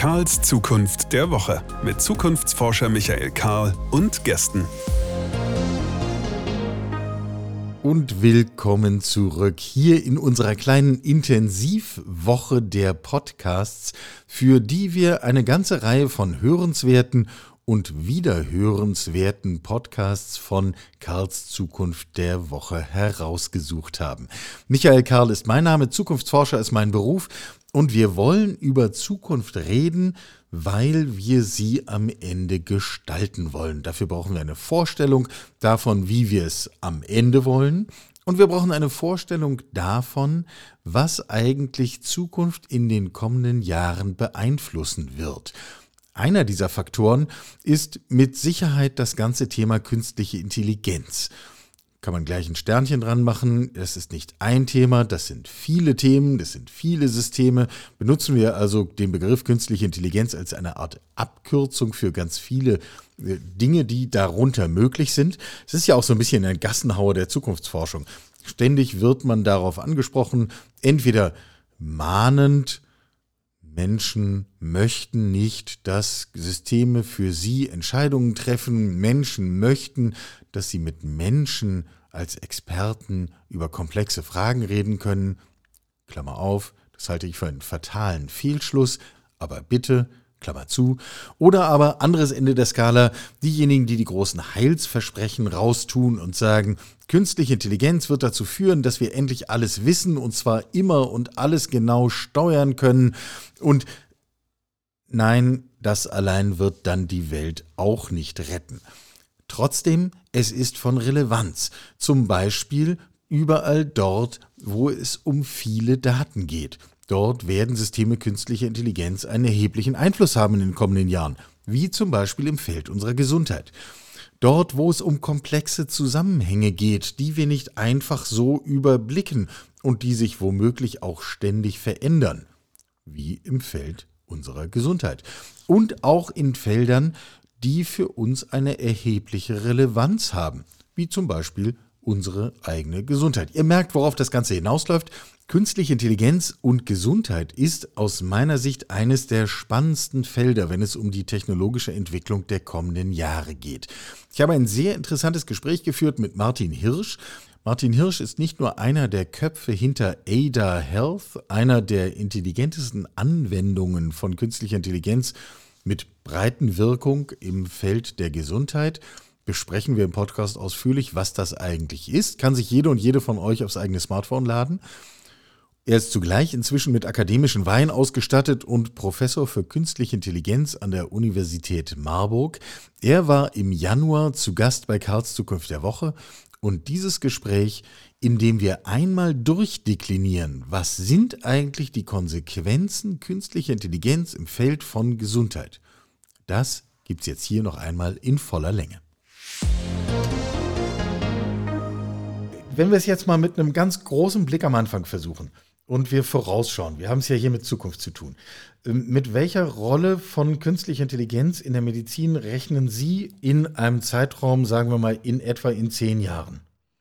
Karls Zukunft der Woche mit Zukunftsforscher Michael Karl und Gästen. Und willkommen zurück hier in unserer kleinen Intensivwoche der Podcasts, für die wir eine ganze Reihe von hörenswerten und wiederhörenswerten Podcasts von Karls Zukunft der Woche herausgesucht haben. Michael Karl ist mein Name, Zukunftsforscher ist mein Beruf und wir wollen über Zukunft reden, weil wir sie am Ende gestalten wollen. Dafür brauchen wir eine Vorstellung davon, wie wir es am Ende wollen. Und wir brauchen eine Vorstellung davon, was eigentlich Zukunft in den kommenden Jahren beeinflussen wird. Einer dieser Faktoren ist mit Sicherheit das ganze Thema künstliche Intelligenz. Kann man gleich ein Sternchen dran machen. Das ist nicht ein Thema, das sind viele Themen, das sind viele Systeme. Benutzen wir also den Begriff künstliche Intelligenz als eine Art Abkürzung für ganz viele Dinge, die darunter möglich sind. Es ist ja auch so ein bisschen ein Gassenhauer der Zukunftsforschung. Ständig wird man darauf angesprochen, entweder mahnend, Menschen möchten nicht, dass Systeme für sie Entscheidungen treffen. Menschen möchten, dass sie mit Menschen als Experten über komplexe Fragen reden können. Klammer auf, das halte ich für einen fatalen Fehlschluss, aber bitte, Klammer zu. Oder aber anderes Ende der Skala, diejenigen, die die großen Heilsversprechen raustun und sagen, künstliche Intelligenz wird dazu führen, dass wir endlich alles wissen und zwar immer und alles genau steuern können. Und nein, das allein wird dann die Welt auch nicht retten. Trotzdem, es ist von Relevanz. Zum Beispiel überall dort, wo es um viele Daten geht. Dort werden Systeme künstlicher Intelligenz einen erheblichen Einfluss haben in den kommenden Jahren, wie zum Beispiel im Feld unserer Gesundheit. Dort, wo es um komplexe Zusammenhänge geht, die wir nicht einfach so überblicken und die sich womöglich auch ständig verändern, wie im Feld unserer Gesundheit. Und auch in Feldern, die für uns eine erhebliche Relevanz haben, wie zum Beispiel unsere eigene Gesundheit. Ihr merkt, worauf das Ganze hinausläuft. Künstliche Intelligenz und Gesundheit ist aus meiner Sicht eines der spannendsten Felder, wenn es um die technologische Entwicklung der kommenden Jahre geht. Ich habe ein sehr interessantes Gespräch geführt mit Martin Hirsch. Martin Hirsch ist nicht nur einer der Köpfe hinter Ada Health, einer der intelligentesten Anwendungen von künstlicher Intelligenz mit breiten Wirkung im Feld der Gesundheit. Besprechen wir im Podcast ausführlich, was das eigentlich ist. Kann sich jede und jede von euch aufs eigene Smartphone laden. Er ist zugleich inzwischen mit akademischen Weihen ausgestattet und Professor für künstliche Intelligenz an der Universität Marburg. Er war im Januar zu Gast bei Karls Zukunft der Woche und dieses Gespräch, in dem wir einmal durchdeklinieren, was sind eigentlich die Konsequenzen künstlicher Intelligenz im Feld von Gesundheit. Das gibt's jetzt hier noch einmal in voller Länge. Wenn wir es jetzt mal mit einem ganz großen Blick am Anfang versuchen und wir vorausschauen, wir haben es ja hier mit Zukunft zu tun. Mit welcher Rolle von künstlicher Intelligenz in der Medizin rechnen Sie in einem Zeitraum, sagen wir mal, in etwa in 10 Jahren?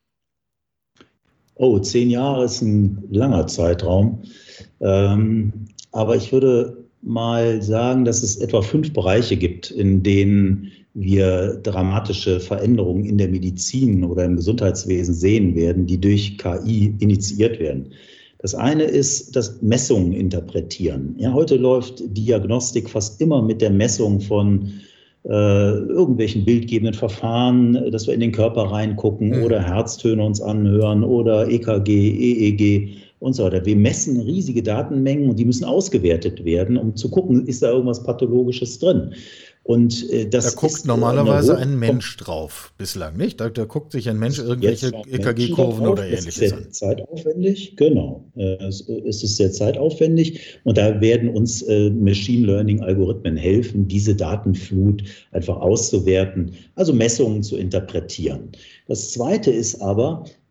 Oh, 10 Jahre ist ein langer Zeitraum. Aber ich würde mal sagen, dass es etwa 5 Bereiche gibt, in denen wir dramatische Veränderungen in der Medizin oder im Gesundheitswesen sehen werden, die durch KI initiiert werden. Das eine ist das Messungen interpretieren. Ja, heute läuft Diagnostik fast immer mit der Messung von irgendwelchen bildgebenden Verfahren, dass wir in den Körper reingucken oder Herztöne uns anhören oder EKG, EEG und so weiter. Wir messen riesige Datenmengen und die müssen ausgewertet werden, um zu gucken, ist da irgendwas Pathologisches drin. Und das da guckt normalerweise ein Mensch drauf bislang, nicht? Da guckt sich ein Mensch irgendwelche EKG-Kurven oder Ähnliches an. Das ist sehr zeitaufwendig, genau. Es ist sehr zeitaufwendig und da werden uns Machine Learning-Algorithmen helfen, diese Datenflut einfach auszuwerten, also Messungen zu interpretieren. Das Zweite ist aber,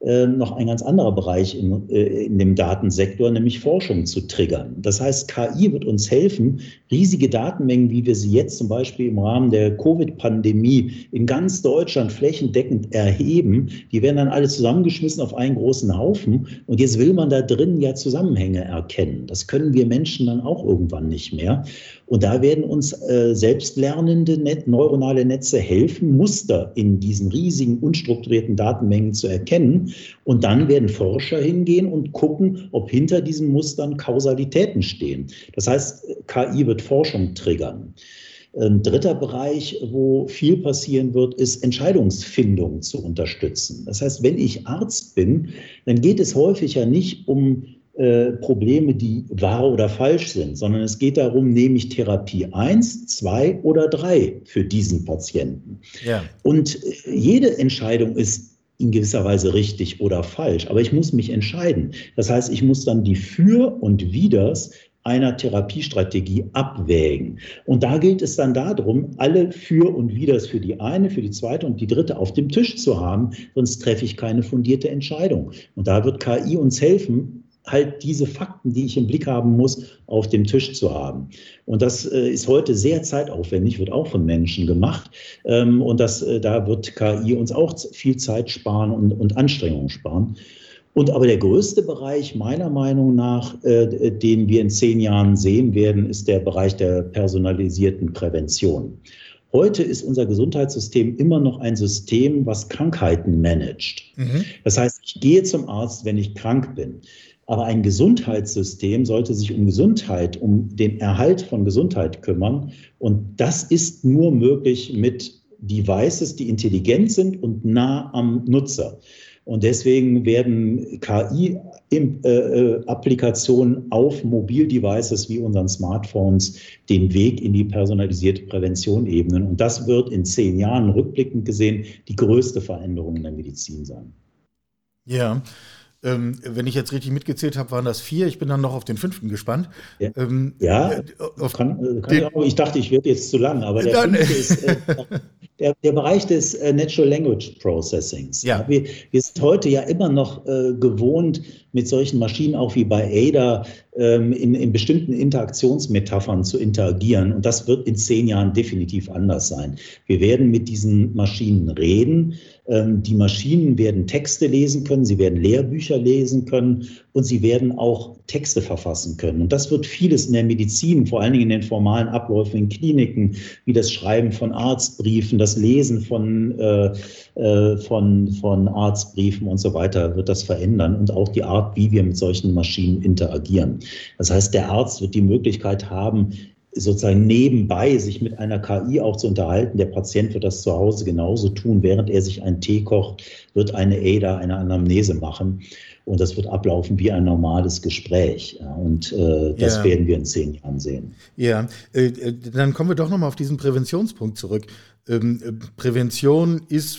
noch ein ganz anderer Bereich in dem Datensektor, nämlich Forschung zu triggern. Das heißt, KI wird uns helfen, riesige Datenmengen, wie wir sie jetzt zum Beispiel im Rahmen der Covid-Pandemie in ganz Deutschland flächendeckend erheben, die werden dann alle zusammengeschmissen auf einen großen Haufen und jetzt will man da drin ja Zusammenhänge erkennen. Das können wir Menschen dann auch irgendwann nicht mehr. Und da werden uns selbstlernende neuronale Netze helfen, Muster in diesen riesigen, unstrukturierten Datenmengen zu erkennen. Und dann werden Forscher hingehen und gucken, ob hinter diesen Mustern Kausalitäten stehen. Das heißt, KI wird Forschung triggern. Ein dritter Bereich, wo viel passieren wird, ist Entscheidungsfindung zu unterstützen. Das heißt, wenn ich Arzt bin, dann geht es häufig ja nicht um Probleme, die wahr oder falsch sind, sondern es geht darum, nehme ich Therapie 1, 2 oder 3 für diesen Patienten. Ja. Und jede Entscheidung ist in gewisser Weise richtig oder falsch, aber ich muss mich entscheiden. Das heißt, ich muss dann die Für und Widers einer Therapiestrategie abwägen. Und da gilt es dann darum, alle Für und Widers für die eine, für die zweite und die dritte auf dem Tisch zu haben, sonst treffe ich keine fundierte Entscheidung. Und da wird KI uns helfen, halt diese Fakten, die ich im Blick haben muss, auf dem Tisch zu haben. Und das ist heute sehr zeitaufwendig, wird auch von Menschen gemacht. Und da wird KI uns auch viel Zeit sparen und Anstrengungen sparen. Und aber der größte Bereich meiner Meinung nach, den wir in 10 Jahren sehen werden, ist der Bereich der personalisierten Prävention. Heute ist unser Gesundheitssystem immer noch ein System, was Krankheiten managt. Das heißt, ich gehe zum Arzt, wenn ich krank bin. Aber ein Gesundheitssystem sollte sich um Gesundheit, um den Erhalt von Gesundheit kümmern. Und das ist nur möglich mit Devices, die intelligent sind und nah am Nutzer. Und deswegen werden KI-Applikationen auf Mobildevices wie unseren Smartphones den Weg in die personalisierte Prävention ebnen. Und das wird in 10 Jahren rückblickend gesehen die größte Veränderung in der Medizin sein. Ja. Wenn ich jetzt richtig mitgezählt habe, waren das 4. Ich bin dann noch auf den 5. gespannt. Ja, ich dachte, ich werde jetzt zu lang, aber der 5. ist der Bereich des Natural Language Processings. Ja. Wir sind heute ja immer noch gewohnt, mit solchen Maschinen auch wie bei Ada in bestimmten Interaktionsmetaphern zu interagieren. Und das wird in 10 Jahren definitiv anders sein. Wir werden mit diesen Maschinen reden. Die Maschinen werden Texte lesen können, sie werden Lehrbücher lesen können und sie werden auch Texte verfassen können. Und das wird vieles in der Medizin, vor allen Dingen in den formalen Abläufen in Kliniken, wie das Schreiben von Arztbriefen, das Lesen von Arztbriefen und so weiter, wird das verändern und auch die Art, wie wir mit solchen Maschinen interagieren. Das heißt, der Arzt wird die Möglichkeit haben, sozusagen nebenbei sich mit einer KI auch zu unterhalten. Der Patient wird das zu Hause genauso tun, während er sich einen Tee kocht, wird eine Ada, eine Anamnese machen und das wird ablaufen wie ein normales Gespräch. Und das werden wir in 10 Jahren sehen. Ja, dann kommen wir doch nochmal auf diesen Präventionspunkt zurück. Prävention ist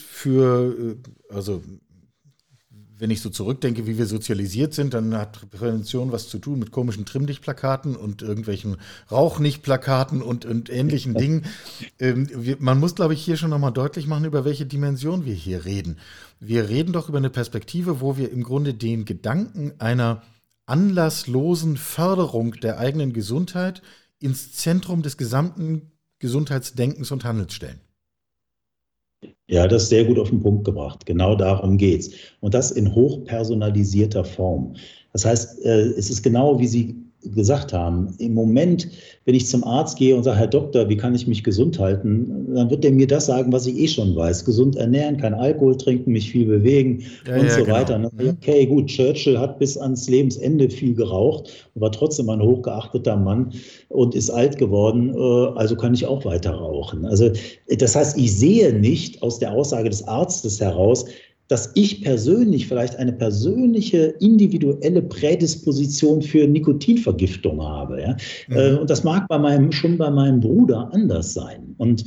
wenn ich so zurückdenke, wie wir sozialisiert sind, dann hat Prävention was zu tun mit komischen Trimm-dich-Plakaten und irgendwelchen Rauch-nicht-Plakaten und ähnlichen Dingen. Man muss, glaube ich, hier schon nochmal deutlich machen, über welche Dimension wir hier reden. Wir reden doch über eine Perspektive, wo wir im Grunde den Gedanken einer anlasslosen Förderung der eigenen Gesundheit ins Zentrum des gesamten Gesundheitsdenkens und Handelns stellen. Ja, das ist sehr gut auf den Punkt gebracht. Genau darum geht's. Und das in hochpersonalisierter Form. Das heißt, es ist genau, wie Sie gesagt haben, im Moment, wenn ich zum Arzt gehe und sage, Herr Doktor, wie kann ich mich gesund halten, dann wird der mir das sagen, was ich schon weiß. Gesund ernähren, kein Alkohol trinken, mich viel bewegen und so weiter. Und dann, okay, gut, Churchill hat bis ans Lebensende viel geraucht und war trotzdem ein hochgeachteter Mann und ist alt geworden, also kann ich auch weiter rauchen. Also das heißt, ich sehe nicht aus der Aussage des Arztes heraus, dass ich persönlich vielleicht eine persönliche, individuelle Prädisposition für Nikotinvergiftung habe. Ja? Und das mag schon bei meinem Bruder anders sein. Und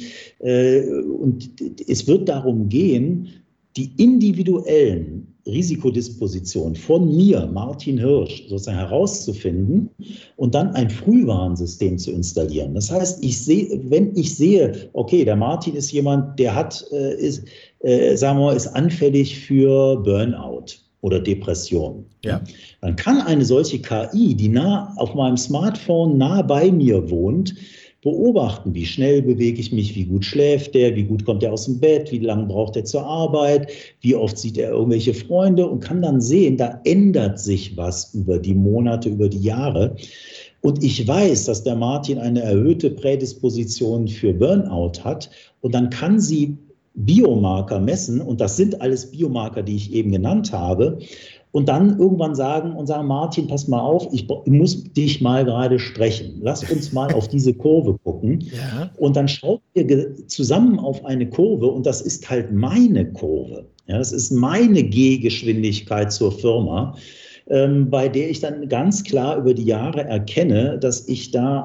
es wird darum gehen, die individuellen Risikodispositionen von mir, Martin Hirsch, sozusagen herauszufinden und dann ein Frühwarnsystem zu installieren. Das heißt, wenn ich sehe, okay, der Martin ist jemand, der ist anfällig für Burnout. oder Depression. Ja. Dann kann eine solche KI, die nah auf meinem Smartphone nah bei mir wohnt, beobachten, wie schnell bewege ich mich, wie gut schläft der, wie gut kommt er aus dem Bett, wie lange braucht er zur Arbeit, wie oft sieht er irgendwelche Freunde und kann dann sehen, da ändert sich was über die Monate, über die Jahre. Und ich weiß, dass der Martin eine erhöhte Prädisposition für Burnout hat und dann kann sie Biomarker messen und das sind alles Biomarker, die ich eben genannt habe. Und dann irgendwann sagen, Martin, pass mal auf, ich muss dich mal gerade sprechen. Lass uns mal auf diese Kurve gucken. Ja. Und dann schaut ihr zusammen auf eine Kurve und das ist halt meine Kurve. Ja, das ist meine Gehgeschwindigkeit zur Firma, bei der ich dann ganz klar über die Jahre erkenne, dass sich da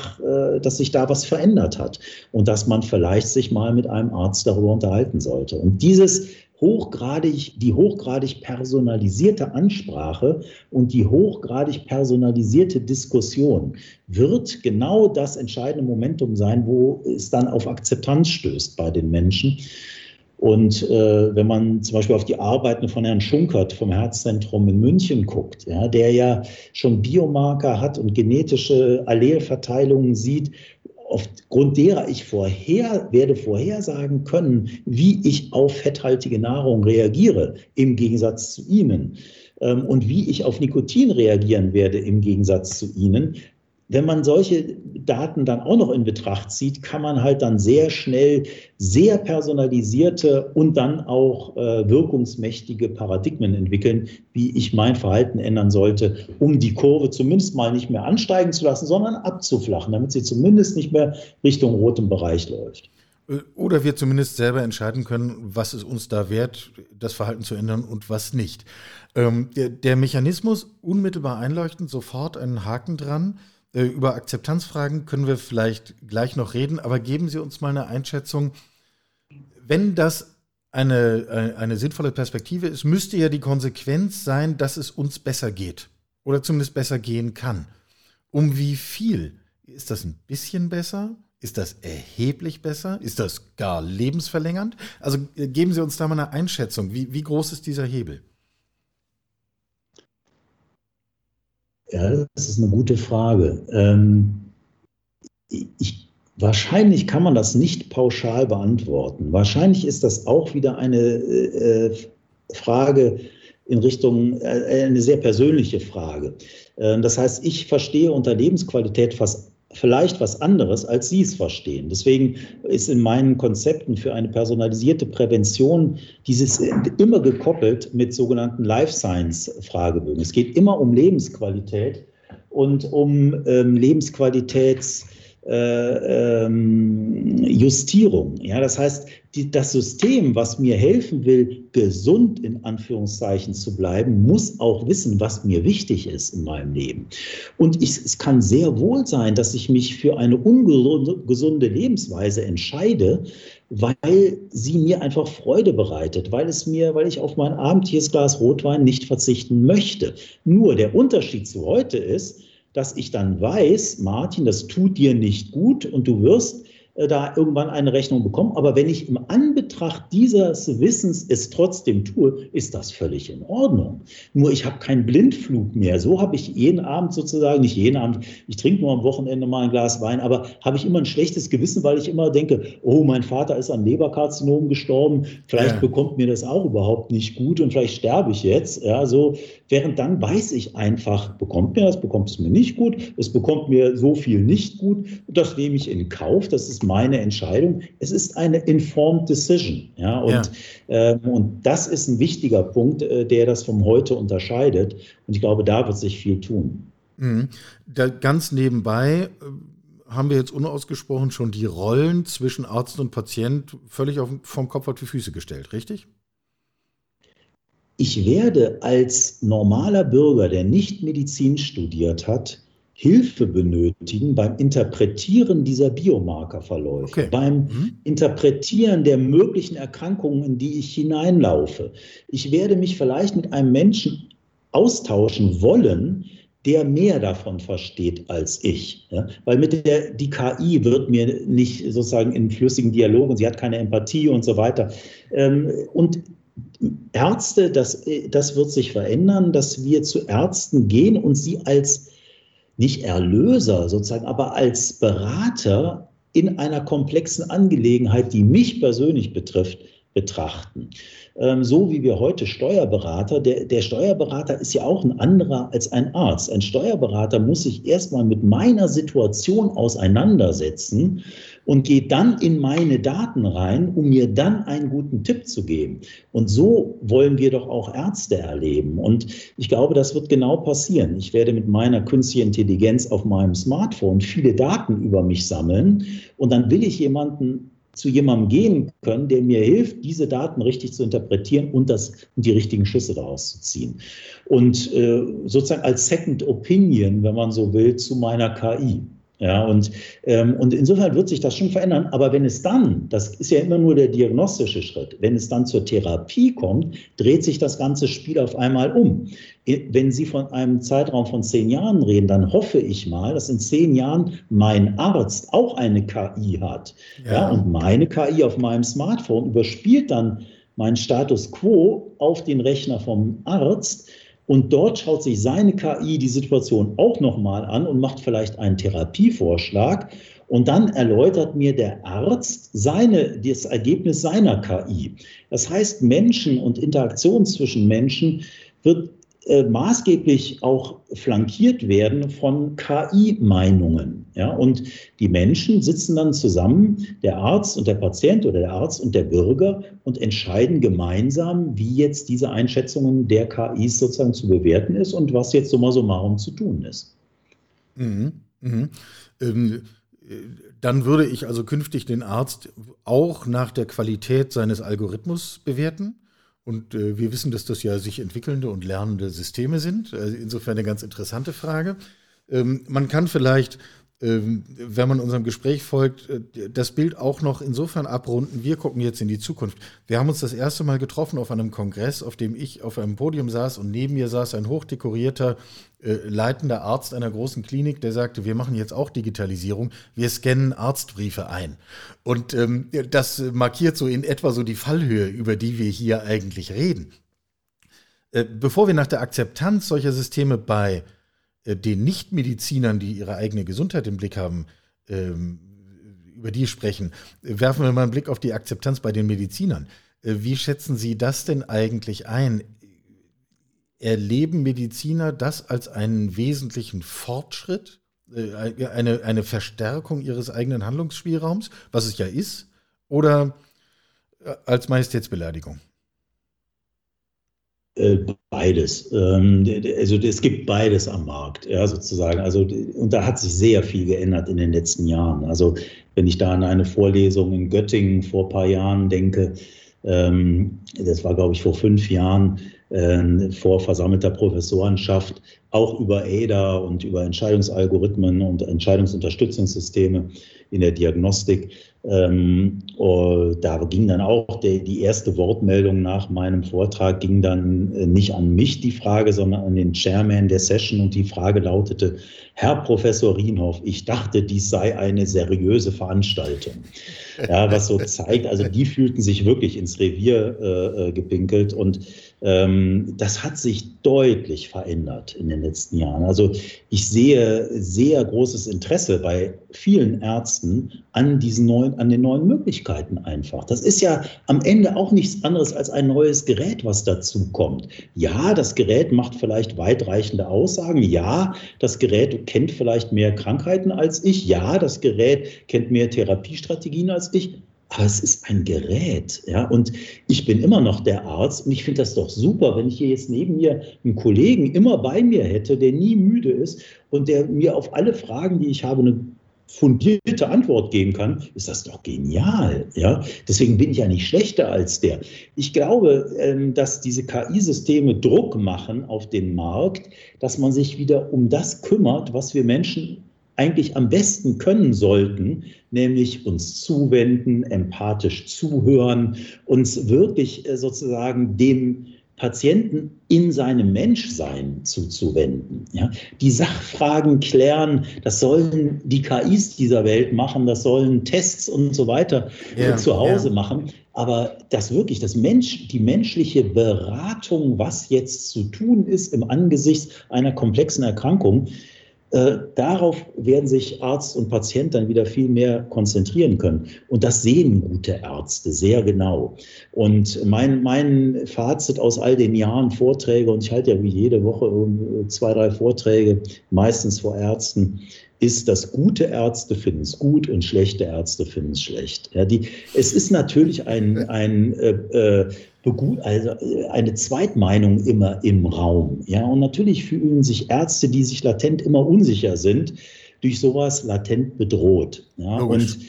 was verändert hat und dass man vielleicht sich mal mit einem Arzt darüber unterhalten sollte. Und die hochgradig personalisierte Ansprache und die hochgradig personalisierte Diskussion wird genau das entscheidende Momentum sein, wo es dann auf Akzeptanz stößt bei den Menschen. Und wenn man zum Beispiel auf die Arbeiten von Herrn Schunkert vom Herzzentrum in München guckt, ja, der ja schon Biomarker hat und genetische Allelverteilungen sieht, aufgrund derer ich werde vorhersagen können, wie ich auf fetthaltige Nahrung reagiere, im Gegensatz zu Ihnen, und wie ich auf Nikotin reagieren werde, im Gegensatz zu Ihnen. Wenn man solche Daten dann auch noch in Betracht zieht, kann man halt dann sehr schnell sehr personalisierte und dann auch wirkungsmächtige Paradigmen entwickeln, wie ich mein Verhalten ändern sollte, um die Kurve zumindest mal nicht mehr ansteigen zu lassen, sondern abzuflachen, damit sie zumindest nicht mehr Richtung rotem Bereich läuft. Oder wir zumindest selber entscheiden können, was es uns da wert, das Verhalten zu ändern und was nicht. Der Mechanismus unmittelbar einleuchtend, sofort einen Haken dran. Über Akzeptanzfragen können wir vielleicht gleich noch reden, aber geben Sie uns mal eine Einschätzung. Wenn das eine sinnvolle Perspektive ist, müsste ja die Konsequenz sein, dass es uns besser geht oder zumindest besser gehen kann. Um wie viel? Ist das ein bisschen besser? Ist das erheblich besser? Ist das gar lebensverlängernd? Also geben Sie uns da mal eine Einschätzung. Wie groß ist dieser Hebel? Ja, das ist eine gute Frage. Wahrscheinlich kann man das nicht pauschal beantworten. Wahrscheinlich ist das auch wieder eine Frage in Richtung, eine sehr persönliche Frage. Das heißt, ich verstehe unter Lebensqualität vielleicht was anderes, als Sie es verstehen. Deswegen ist in meinen Konzepten für eine personalisierte Prävention dieses immer gekoppelt mit sogenannten Life Science-Fragebögen. Es geht immer um Lebensqualität und um Justierung. Ja, das heißt, das System, was mir helfen will, gesund in Anführungszeichen zu bleiben, muss auch wissen, was mir wichtig ist in meinem Leben. Und es kann sehr wohl sein, dass ich mich für eine ungesunde Lebensweise entscheide, weil sie mir einfach Freude bereitet, weil ich auf mein abendliches Glas Rotwein nicht verzichten möchte. Nur der Unterschied zu heute ist, dass ich dann weiß, Martin, das tut dir nicht gut und du wirst da irgendwann eine Rechnung bekommen. Aber wenn ich im Anbetracht dieses Wissens es trotzdem tue, ist das völlig in Ordnung. Nur ich habe keinen Blindflug mehr. So habe ich jeden Abend sozusagen, nicht jeden Abend, ich trinke nur am Wochenende mal ein Glas Wein, aber habe ich immer ein schlechtes Gewissen, weil ich immer denke, oh, mein Vater ist an Leberkarzinom gestorben, vielleicht bekommt mir das auch überhaupt nicht gut und vielleicht sterbe ich jetzt. Ja, so. Während dann weiß ich einfach, bekommt es mir nicht gut, es bekommt mir so viel nicht gut, das nehme ich in Kauf, das ist meine Entscheidung. Es ist eine informed decision. Ja, und das ist ein wichtiger Punkt, der das vom Heute unterscheidet. Und ich glaube, da wird sich viel tun. Mhm. Ganz nebenbei haben wir jetzt unausgesprochen schon die Rollen zwischen Arzt und Patient völlig vom Kopf auf die Füße gestellt, richtig? Ich werde als normaler Bürger, der nicht Medizin studiert hat, Hilfe benötigen beim Interpretieren dieser Biomarkerverläufe, beim Interpretieren der möglichen Erkrankungen, in die ich hineinlaufe. Ich werde mich vielleicht mit einem Menschen austauschen wollen, der mehr davon versteht als ich. Ja? Weil die KI wird mir nicht sozusagen in flüssigen Dialogen, sie hat keine Empathie und so weiter. Und Ärzte, das wird sich verändern, dass wir zu Ärzten gehen und sie als nicht Erlöser sozusagen, aber als Berater in einer komplexen Angelegenheit, die mich persönlich betrifft, betrachten. So wie wir heute Steuerberater, der Steuerberater ist ja auch ein anderer als ein Arzt. Ein Steuerberater muss sich erstmal mit meiner Situation auseinandersetzen und geht dann in meine Daten rein, um mir dann einen guten Tipp zu geben. Und so wollen wir doch auch Ärzte erleben. Und ich glaube, das wird genau passieren. Ich werde mit meiner künstlichen Intelligenz auf meinem Smartphone viele Daten über mich sammeln und dann will ich zu jemandem gehen können, der mir hilft, diese Daten richtig zu interpretieren und die richtigen Schlüsse daraus zu ziehen. Und sozusagen als Second Opinion, wenn man so will, zu meiner KI. Ja, und insofern wird sich das schon verändern. Aber wenn es dann, das ist ja immer nur der diagnostische Schritt, wenn es dann zur Therapie kommt, dreht sich das ganze Spiel auf einmal um. Wenn Sie von einem Zeitraum von 10 Jahren reden, dann hoffe ich mal, dass in 10 Jahren mein Arzt auch eine KI hat. Ja, und meine KI auf meinem Smartphone überspielt dann meinen Status quo auf den Rechner vom Arzt. Und dort schaut sich seine KI die Situation auch nochmal an und macht vielleicht einen Therapievorschlag. Und dann erläutert mir der Arzt das Ergebnis seiner KI. Das heißt, Menschen und Interaktion zwischen Menschen wird maßgeblich auch flankiert werden von KI-Meinungen. Ja? Und die Menschen sitzen dann zusammen, der Arzt und der Patient oder der Arzt und der Bürger, und entscheiden gemeinsam, wie jetzt diese Einschätzungen der KIs sozusagen zu bewerten ist und was jetzt summa summarum zu tun ist. Dann würde ich also künftig den Arzt auch nach der Qualität seines Algorithmus bewerten. Und wir wissen, dass das ja sich entwickelnde und lernende Systeme sind. Insofern eine ganz interessante Frage. Man kann vielleicht, wenn man unserem Gespräch folgt, das Bild auch noch insofern abrunden. Wir gucken jetzt in die Zukunft. Wir haben uns das erste Mal getroffen auf einem Kongress, auf dem ich auf einem Podium saß und neben mir saß ein hochdekorierter leitender Arzt einer großen Klinik, der sagte, wir machen jetzt auch Digitalisierung, wir scannen Arztbriefe ein. Und das markiert so in etwa so die Fallhöhe, über die wir hier eigentlich reden. Bevor wir nach der Akzeptanz solcher Systeme bei den Nichtmedizinern, die ihre eigene Gesundheit im Blick haben, über die sprechen, werfen wir mal einen Blick auf die Akzeptanz bei den Medizinern. Wie schätzen Sie das denn eigentlich ein? Erleben Mediziner das als einen wesentlichen Fortschritt, eine Verstärkung ihres eigenen Handlungsspielraums, was es ja ist, oder als Majestätsbeleidigung? Beides. Also es gibt beides am Markt, ja, sozusagen. Also, und da hat sich sehr viel geändert in den letzten Jahren. Also wenn ich da an eine Vorlesung in Göttingen vor ein paar Jahren denke, das war, glaube ich, vor 5 Jahren, vor versammelter Professorenschaft, auch über ADA und über Entscheidungsalgorithmen und Entscheidungsunterstützungssysteme in der Diagnostik. Da ging dann auch die erste Wortmeldung nach meinem Vortrag, ging dann nicht an mich die Frage, sondern an den Chairman der Session, und die Frage lautete: Herr Professor Rienhoff, ich dachte, dies sei eine seriöse Veranstaltung. Ja, was so zeigt, also die fühlten sich wirklich ins Revier gepinkelt, und das hat sich deutlich verändert in den letzten Jahren. Also ich sehe sehr großes Interesse bei vielen Ärzten an den neuen Möglichkeiten einfach. Das ist ja am Ende auch nichts anderes als ein neues Gerät, was dazu kommt. Ja, das Gerät macht vielleicht weitreichende Aussagen. Ja, das Gerät kennt vielleicht mehr Krankheiten als ich. Ja, das Gerät kennt mehr Therapiestrategien als ich. Aber es ist ein Gerät, ja, und ich bin immer noch der Arzt, und ich finde das doch super, wenn ich hier jetzt neben mir einen Kollegen immer bei mir hätte, der nie müde ist und der mir auf alle Fragen, die ich habe, eine fundierte Antwort geben kann. Ist das doch genial, ja. Deswegen bin ich ja nicht schlechter als der. Ich glaube, dass diese KI-Systeme Druck machen auf den Markt, dass man sich wieder um das kümmert, was wir Menschen eigentlich am besten können sollten, nämlich uns zuwenden, empathisch zuhören, uns wirklich sozusagen dem Patienten in seinem Menschsein zuzuwenden. Ja? Die Sachfragen klären, das sollen die KIs dieser Welt machen, das sollen Tests und so weiter zu Hause machen. Aber die menschliche Beratung, was jetzt zu tun ist im Angesicht einer komplexen Erkrankung, darauf werden sich Arzt und Patient dann wieder viel mehr konzentrieren können. Und das sehen gute Ärzte sehr genau. Und mein Fazit aus all den Jahren Vorträge, und ich halte ja wie jede Woche 2, 3 Vorträge, meistens vor Ärzten, ist, dass gute Ärzte finden es gut und schlechte Ärzte finden es schlecht. Ja, es ist natürlich eine Zweitmeinung immer im Raum. Ja, und natürlich fühlen sich Ärzte, die sich latent immer unsicher sind, durch sowas latent bedroht. Ja, und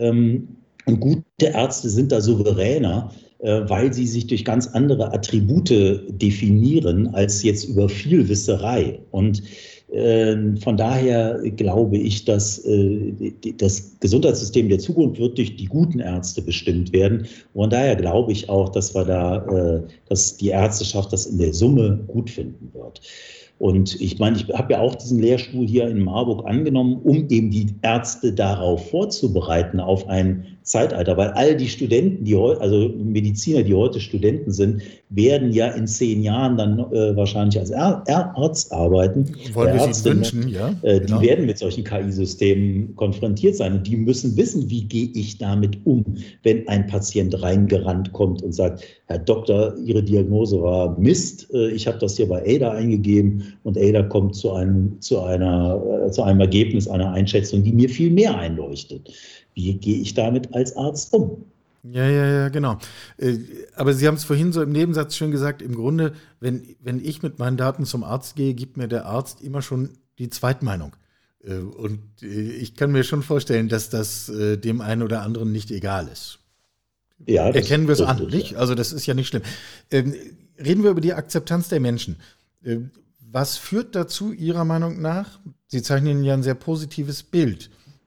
gute Ärzte sind da souveräner, weil sie sich durch ganz andere Attribute definieren als jetzt über Vielwisserei. Und von daher glaube ich, dass das Gesundheitssystem der Zukunft wird durch die guten Ärzte bestimmt werden. Und von daher glaube ich auch, dass dass die Ärzteschaft das in der Summe gut finden wird. Und ich meine, ich habe ja auch diesen Lehrstuhl hier in Marburg angenommen, um eben die Ärzte darauf vorzubereiten, auf ein Zeitalter. Weil all die Studenten, also Mediziner, die heute Studenten sind, werden ja in 10 Jahren dann wahrscheinlich als Arzt arbeiten. Wollen wir sie wünschen, ja. Genau. Die werden mit solchen KI-Systemen konfrontiert sein. Und die müssen wissen, wie gehe ich damit um, wenn ein Patient reingerannt kommt und sagt, Herr Doktor, Ihre Diagnose war Mist, ich habe das hier bei ADA eingegeben und ADA kommt zu einem Ergebnis, einer Einschätzung, die mir viel mehr einleuchtet. Wie gehe ich damit als Arzt um? Ja, genau. Aber Sie haben es vorhin so im Nebensatz schön gesagt, im Grunde, wenn ich mit meinen Daten zum Arzt gehe, gibt mir der Arzt immer schon die Zweitmeinung. Und ich kann mir schon vorstellen, dass das dem einen oder anderen nicht egal ist. Ja, erkennen wir es an, nicht? Also das ist ja nicht schlimm. Reden wir über die Akzeptanz der Menschen. Was führt dazu, Ihrer Meinung nach, Sie zeichnen ja ein sehr positives Bild,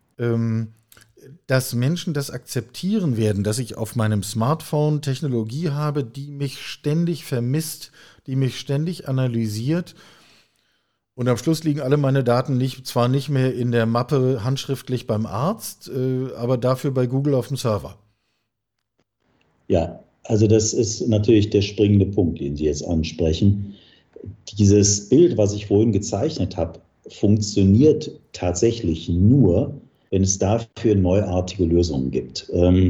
dass Menschen das akzeptieren werden, dass ich auf meinem Smartphone Technologie habe, die mich ständig vermisst, die mich ständig analysiert und am Schluss liegen alle meine Daten zwar nicht mehr in der Mappe handschriftlich beim Arzt, aber dafür bei Google auf dem Server. Ja, also das ist natürlich der springende Punkt, den Sie jetzt ansprechen. Dieses Bild, was ich vorhin gezeichnet habe, funktioniert tatsächlich nur, wenn es dafür neuartige Lösungen gibt.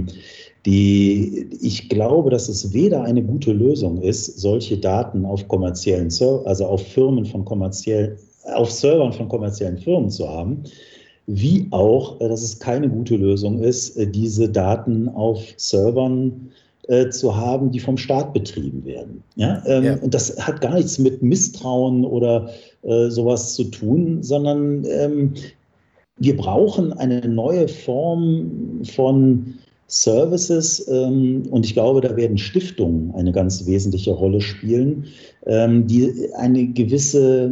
Ich glaube, dass es weder eine gute Lösung ist, solche Daten auf kommerziellen also auf Servern von kommerziellen Firmen zu haben, wie auch, dass es keine gute Lösung ist, diese Daten auf Servern zu haben, die vom Staat betrieben werden. Ja? Und das hat gar nichts mit Misstrauen oder sowas zu tun, sondern wir brauchen eine neue Form von Services und ich glaube, da werden Stiftungen eine ganz wesentliche Rolle spielen, die eine gewisse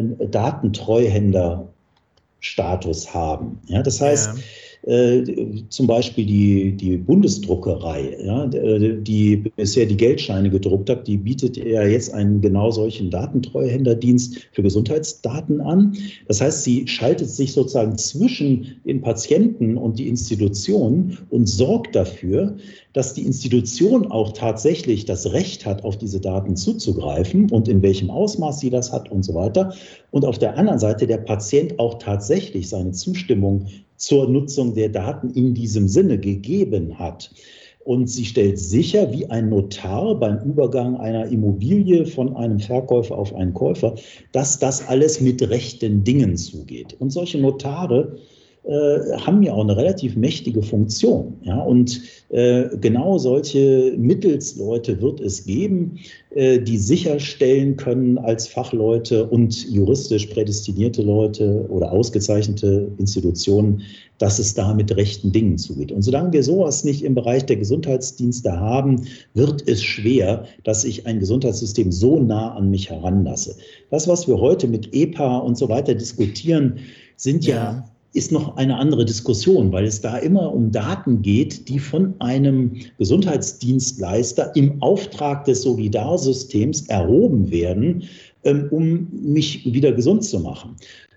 Datentreuhänderstatus haben. Ja, das heißt, zum Beispiel die Bundesdruckerei, ja, die bisher die Geldscheine gedruckt hat, die bietet ja jetzt einen genau solchen Datentreuhänderdienst für Gesundheitsdaten an. Das heißt, sie schaltet sich sozusagen zwischen den Patienten und die Institution und sorgt dafür, dass die Institution auch tatsächlich das Recht hat, auf diese Daten zuzugreifen und in welchem Ausmaß sie das hat und so weiter. Und auf der anderen Seite der Patient auch tatsächlich seine Zustimmung zur Nutzung der Daten in diesem Sinne gegeben hat. Und sie stellt sicher, wie ein Notar beim Übergang einer Immobilie von einem Verkäufer auf einen Käufer, dass das alles mit rechten Dingen zugeht. Und solche Notare haben ja auch eine relativ mächtige Funktion. Ja? Und genau solche Mittelsleute wird es geben, die sicherstellen können als Fachleute und juristisch prädestinierte Leute oder ausgezeichnete Institutionen, dass es da mit rechten Dingen zugeht. Und solange wir sowas nicht im Bereich der Gesundheitsdienste haben, wird es schwer, dass ich ein Gesundheitssystem so nah an mich heranlasse. Das, was wir heute mit EPA und so weiter diskutieren, ist noch eine andere Diskussion, weil es da immer um Daten geht, die von einem Gesundheitsdienstleister im Auftrag des Solidarsystems erhoben werden, um mich wieder gesund zu machen.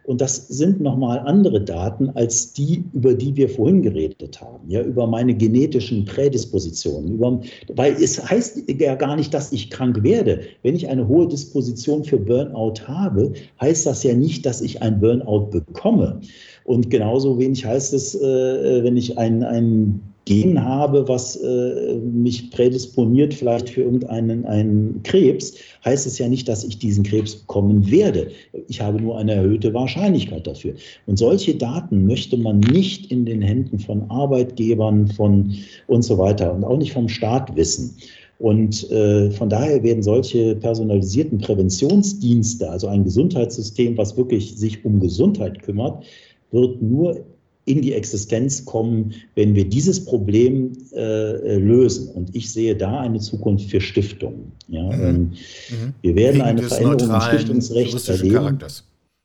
Und das sind nochmal andere Daten als die, über die wir vorhin geredet haben, ja, über meine genetischen Prädispositionen. Weil es heißt ja gar nicht, dass ich krank werde. Wenn ich eine hohe Disposition für Burnout habe, heißt das ja nicht, dass ich ein Burnout bekomme. Und genauso wenig heißt es, wenn ich ein Gen habe, was mich prädisponiert vielleicht für einen Krebs, heißt es ja nicht, dass ich diesen Krebs bekommen werde. Ich habe nur eine erhöhte Wahrscheinlichkeit dafür. Und solche Daten möchte man nicht in den Händen von Arbeitgebern und so weiter und auch nicht vom Staat wissen. Und von daher werden solche personalisierten Präventionsdienste, also ein Gesundheitssystem, was wirklich sich um Gesundheit kümmert, wird nur in die Existenz kommen, wenn wir dieses Problem lösen. Und ich sehe da eine Zukunft für Stiftungen. Ja? Wir werden eine Veränderung im Stiftungsrecht erleben. Charakters.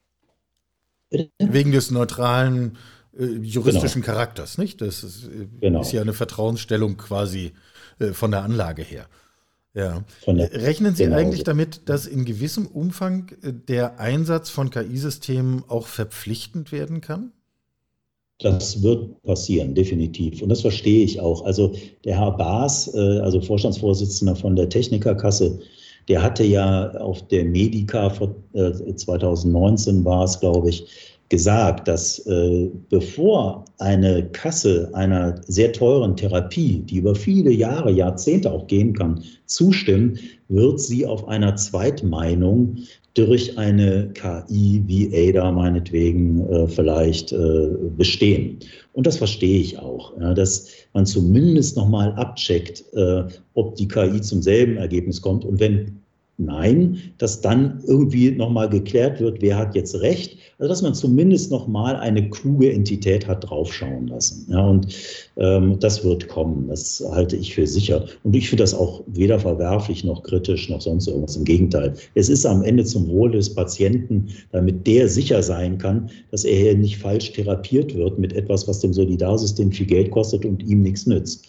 Wegen des neutralen juristischen Charakters, nicht? Das ist ja eine Vertrauensstellung quasi von der Anlage her. Ja. Rechnen Sie eigentlich damit, dass in gewissem Umfang der Einsatz von KI-Systemen auch verpflichtend werden kann? Das wird passieren, definitiv. Und das verstehe ich auch. Also der Herr Baas, also Vorstandsvorsitzender von der Technikerkasse, der hatte ja auf der Medica 2019 war es, glaube ich, gesagt, dass bevor eine Kasse einer sehr teuren Therapie, die über viele Jahre, Jahrzehnte auch gehen kann, zustimmt, wird sie auf einer Zweitmeinung durch eine KI wie Ada meinetwegen vielleicht bestehen. Und das verstehe ich auch, ja, dass man zumindest nochmal abcheckt, ob die KI zum selben Ergebnis kommt. Und wenn nein, dass dann irgendwie nochmal geklärt wird, wer hat jetzt recht. Also dass man zumindest nochmal eine kluge Entität hat draufschauen lassen. Ja, und das wird kommen, das halte ich für sicher. Und ich finde das auch weder verwerflich noch kritisch noch sonst irgendwas. Im Gegenteil, es ist am Ende zum Wohle des Patienten, damit der sicher sein kann, dass er hier nicht falsch therapiert wird mit etwas, was dem Solidarsystem viel Geld kostet und ihm nichts nützt.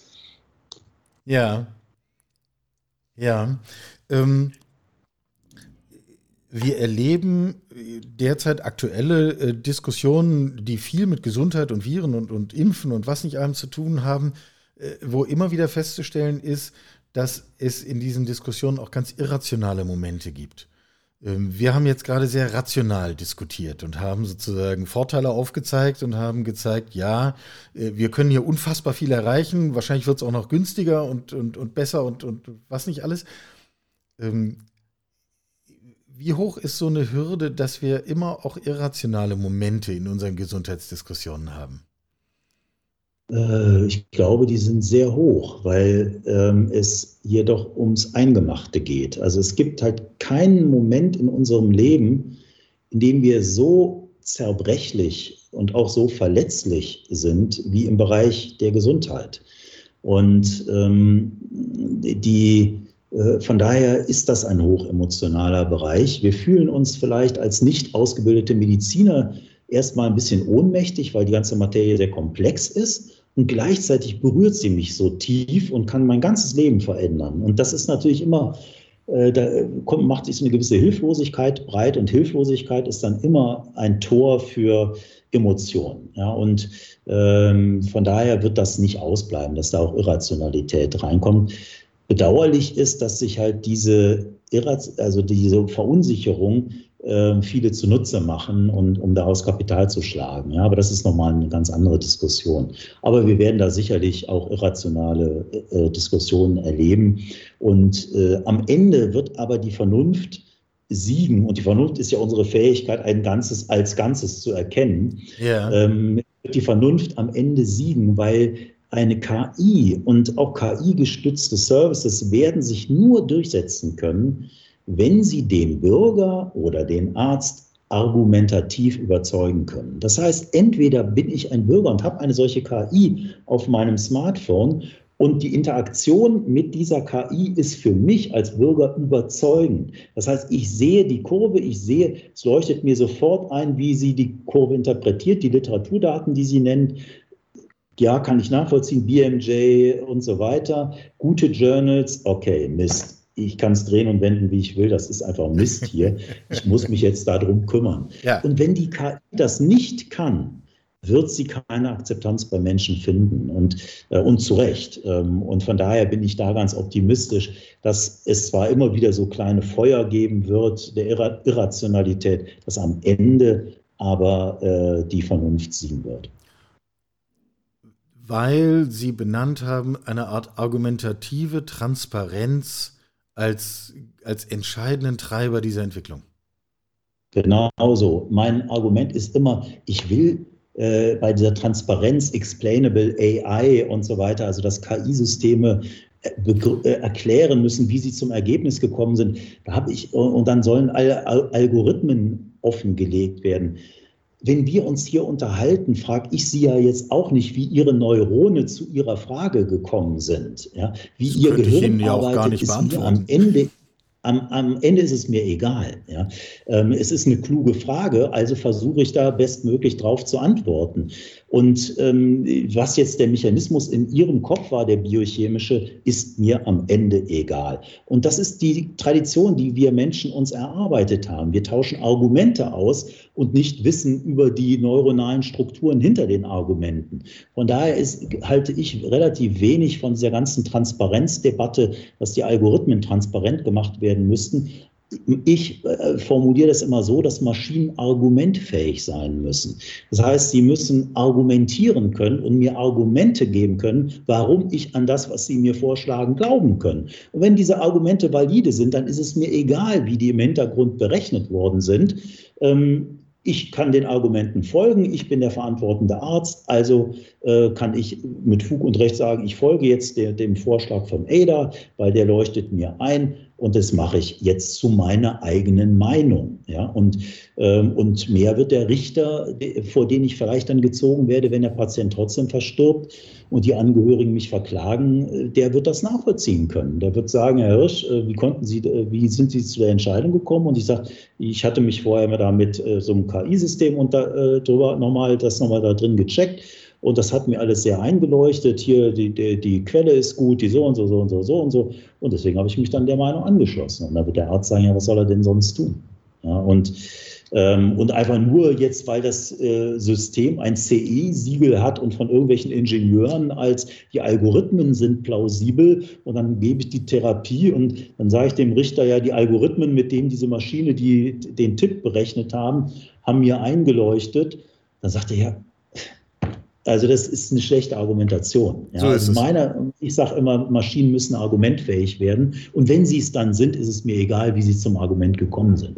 Ja. Wir erleben derzeit aktuelle Diskussionen, die viel mit Gesundheit und Viren und Impfen und was nicht allem zu tun haben, wo immer wieder festzustellen ist, dass es in diesen Diskussionen auch ganz irrationale Momente gibt. Wir haben jetzt gerade sehr rational diskutiert und haben sozusagen Vorteile aufgezeigt und haben gezeigt, ja, wir können hier unfassbar viel erreichen, wahrscheinlich wird es auch noch günstiger und besser und was nicht alles. Wie hoch ist so eine Hürde, dass wir immer auch irrationale Momente in unseren Gesundheitsdiskussionen haben? Ich glaube, die sind sehr hoch, weil es hier doch ums Eingemachte geht. Also es gibt halt keinen Moment in unserem Leben, in dem wir so zerbrechlich und auch so verletzlich sind wie im Bereich der Gesundheit. Und von daher ist das ein hochemotionaler Bereich. Wir fühlen uns vielleicht als nicht ausgebildete Mediziner erstmal ein bisschen ohnmächtig, weil die ganze Materie sehr komplex ist. Und gleichzeitig berührt sie mich so tief und kann mein ganzes Leben verändern. Und das ist natürlich immer, macht sich so eine gewisse Hilflosigkeit breit. Und Hilflosigkeit ist dann immer ein Tor für Emotionen. Ja? Und von daher wird das nicht ausbleiben, dass da auch Irrationalität reinkommt. Bedauerlich ist, dass sich halt diese Verunsicherung viele zunutze machen, und um daraus Kapital zu schlagen. Ja, aber das ist nochmal eine ganz andere Diskussion. Aber wir werden da sicherlich auch irrationale Diskussionen erleben. Und am Ende wird aber die Vernunft siegen. Und die Vernunft ist ja unsere Fähigkeit, ein Ganzes als Ganzes zu erkennen. Ja. Wird die Vernunft am Ende siegen, weil eine KI und auch KI-gestützte Services werden sich nur durchsetzen können, wenn sie den Bürger oder den Arzt argumentativ überzeugen können. Das heißt, entweder bin ich ein Bürger und habe eine solche KI auf meinem Smartphone und die Interaktion mit dieser KI ist für mich als Bürger überzeugend. Das heißt, ich sehe die Kurve, es leuchtet mir sofort ein, wie sie die Kurve interpretiert, die Literaturdaten, die sie nennt. Ja, kann ich nachvollziehen, BMJ und so weiter, gute Journals, okay, Mist. ich kann es drehen und wenden, wie ich will, das ist einfach Mist hier. Ich muss mich jetzt darum kümmern. Ja. Und wenn die KI das nicht kann, wird sie keine Akzeptanz bei Menschen finden und zu Recht. Und von daher bin ich da ganz optimistisch, dass es zwar immer wieder so kleine Feuer geben wird der Irrationalität, dass am Ende aber die Vernunft siegen wird. Weil Sie benannt haben, eine Art argumentative Transparenz als entscheidenden Treiber dieser Entwicklung. Genau so. Mein Argument ist immer, ich will bei dieser Transparenz, Explainable AI und so weiter, also dass KI-Systeme erklären müssen, wie sie zum Ergebnis gekommen sind. Und dann sollen alle Algorithmen offengelegt werden. Wenn wir uns hier unterhalten, frage ich Sie ja jetzt auch nicht, wie Ihre Neurone zu Ihrer Frage gekommen sind. Ja? Wie Das Ihr könnte ich Ihnen Gehirn ja auch gar arbeitet, nicht ist mir beantworten. am Ende ist es mir egal. Ja? Es ist eine kluge Frage, also versuche ich da bestmöglich drauf zu antworten. Und was jetzt der Mechanismus in Ihrem Kopf war, der biochemische, ist mir am Ende egal. Und das ist die Tradition, die wir Menschen uns erarbeitet haben. Wir tauschen Argumente aus und nicht Wissen über die neuronalen Strukturen hinter den Argumenten. Von daher halte ich relativ wenig von dieser ganzen Transparenzdebatte, dass die Algorithmen transparent gemacht werden müssten. Ich formuliere das immer so, dass Maschinen argumentfähig sein müssen. Das heißt, sie müssen argumentieren können und mir Argumente geben können, warum ich an das, was sie mir vorschlagen, glauben können. Und wenn diese Argumente valide sind, dann ist es mir egal, wie die im Hintergrund berechnet worden sind. Ich kann den Argumenten folgen, ich bin der verantwortende Arzt, also kann ich mit Fug und Recht sagen, ich folge jetzt dem Vorschlag von Ada, weil der leuchtet mir ein und das mache ich jetzt zu meiner eigenen Meinung. Ja? Und mehr wird der Richter, vor den ich vielleicht dann gezogen werde, wenn der Patient trotzdem verstirbt und die Angehörigen mich verklagen, der wird das nachvollziehen können. Der wird sagen, Herr Hirsch, wie sind Sie zu der Entscheidung gekommen? Und ich sage, ich hatte mich vorher da mit so einem KI-System nochmal da drin gecheckt. Und das hat mir alles sehr eingeleuchtet. Hier, die Quelle ist gut, die so und so, so und so, so und so. Und deswegen habe ich mich dann der Meinung angeschlossen. Und da wird der Arzt sagen, ja, was soll er denn sonst tun? Ja, und einfach nur jetzt, weil das System ein CE-Siegel hat und von irgendwelchen Ingenieuren als die Algorithmen sind plausibel und dann gebe ich die Therapie und dann sage ich dem Richter, ja, die Algorithmen, mit denen diese Maschine den Tipp berechnet haben mir eingeleuchtet. Dann sagt er, ja, also das ist eine schlechte Argumentation. Ja, So ist es. Ich sage immer, Maschinen müssen argumentfähig werden. Und wenn sie es dann sind, ist es mir egal, wie sie zum Argument gekommen sind.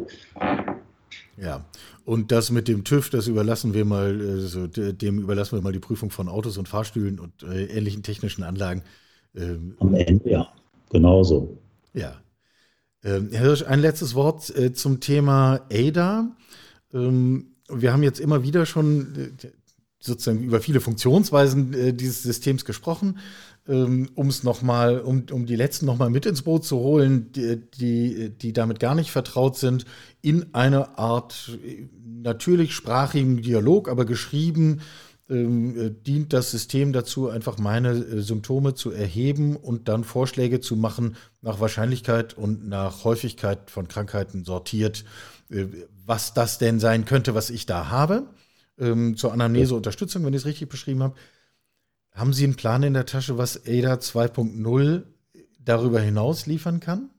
Ja, und das mit dem TÜV, das überlassen wir mal, dem überlassen wir mal die Prüfung von Autos und Fahrstühlen und ähnlichen technischen Anlagen. Am Ende, ja, genauso. Ja. Herr Hirsch, ein letztes Wort zum Thema Ada. Wir haben jetzt immer wieder schon sozusagen über viele Funktionsweisen dieses Systems gesprochen, um die letzten nochmal mit ins Boot zu holen, die damit gar nicht vertraut sind, in eine Art natürlich sprachigen Dialog, aber geschrieben, dient das System dazu, einfach meine Symptome zu erheben und dann Vorschläge zu machen, nach Wahrscheinlichkeit und nach Häufigkeit von Krankheiten sortiert, was das denn sein könnte, was ich da habe. Zur Anamnese-Unterstützung, wenn ich es richtig beschrieben habe. Haben Sie einen Plan in der Tasche, was Ada 2.0 darüber hinaus liefern kann?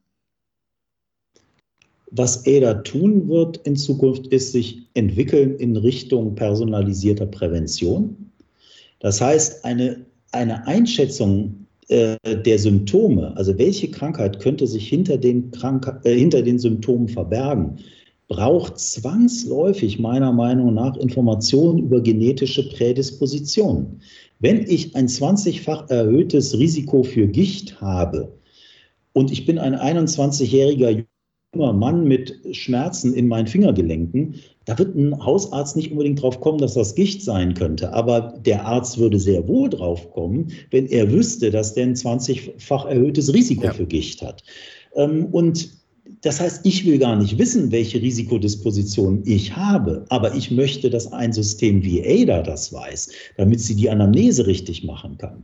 Was Ada tun wird in Zukunft, ist sich entwickeln in Richtung personalisierter Prävention. Das heißt, eine Einschätzung der Symptome, also welche Krankheit könnte sich hinter den Symptomen verbergen, braucht zwangsläufig meiner Meinung nach Informationen über genetische Prädispositionen. Wenn ich ein 20-fach erhöhtes Risiko für Gicht habe und ich bin ein 21-jähriger junger Mann mit Schmerzen in meinen Fingergelenken, da wird ein Hausarzt nicht unbedingt drauf kommen, dass das Gicht sein könnte. Aber der Arzt würde sehr wohl drauf kommen, wenn er wüsste, dass der ein 20-fach erhöhtes Risiko für Gicht hat. Und das heißt, ich will gar nicht wissen, welche Risikodisposition ich habe, aber ich möchte, dass ein System wie Ada das weiß, damit sie die Anamnese richtig machen kann.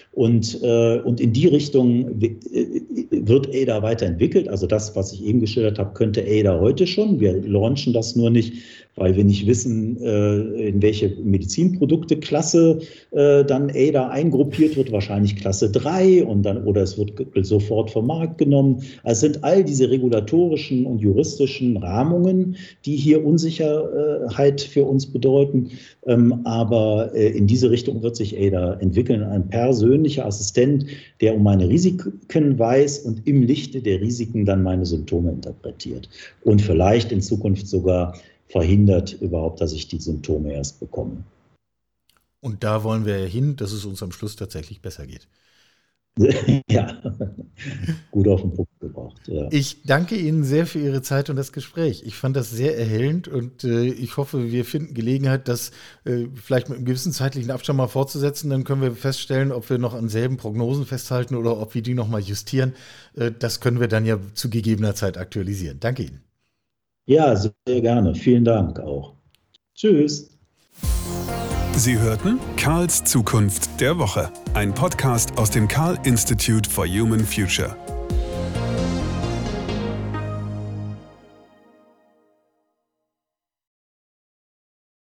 Und in die Richtung wird ADA weiterentwickelt. Also das, was ich eben geschildert habe, könnte ADA heute schon. Wir launchen das nur nicht, weil wir nicht wissen, in welche Medizinprodukteklasse dann ADA eingruppiert wird. Wahrscheinlich Klasse 3 oder es wird sofort vom Markt genommen. Also es sind all diese regulatorischen und juristischen Rahmungen, die hier Unsicherheit für uns bedeuten. Aber in diese Richtung wird sich ADA entwickeln. Ein persönlicher Assistent, der um meine Risiken weiß und im Lichte der Risiken dann meine Symptome interpretiert. Und vielleicht in Zukunft sogar verhindert überhaupt, dass ich die Symptome erst bekomme. Und da wollen wir hin, dass es uns am Schluss tatsächlich besser geht. Ja, gut auf den Punkt gebracht. Ja. Ich danke Ihnen sehr für Ihre Zeit und das Gespräch. Ich fand das sehr erhellend und ich hoffe, wir finden Gelegenheit, das vielleicht mit einem gewissen zeitlichen Abstand mal fortzusetzen. Dann können wir feststellen, ob wir noch an selben Prognosen festhalten oder ob wir die nochmal justieren. Das können wir dann ja zu gegebener Zeit aktualisieren. Danke Ihnen. Ja, sehr gerne. Vielen Dank auch. Tschüss. Sie hörten Karls Zukunft der Woche, ein Podcast aus dem Karl Institute for Human Future.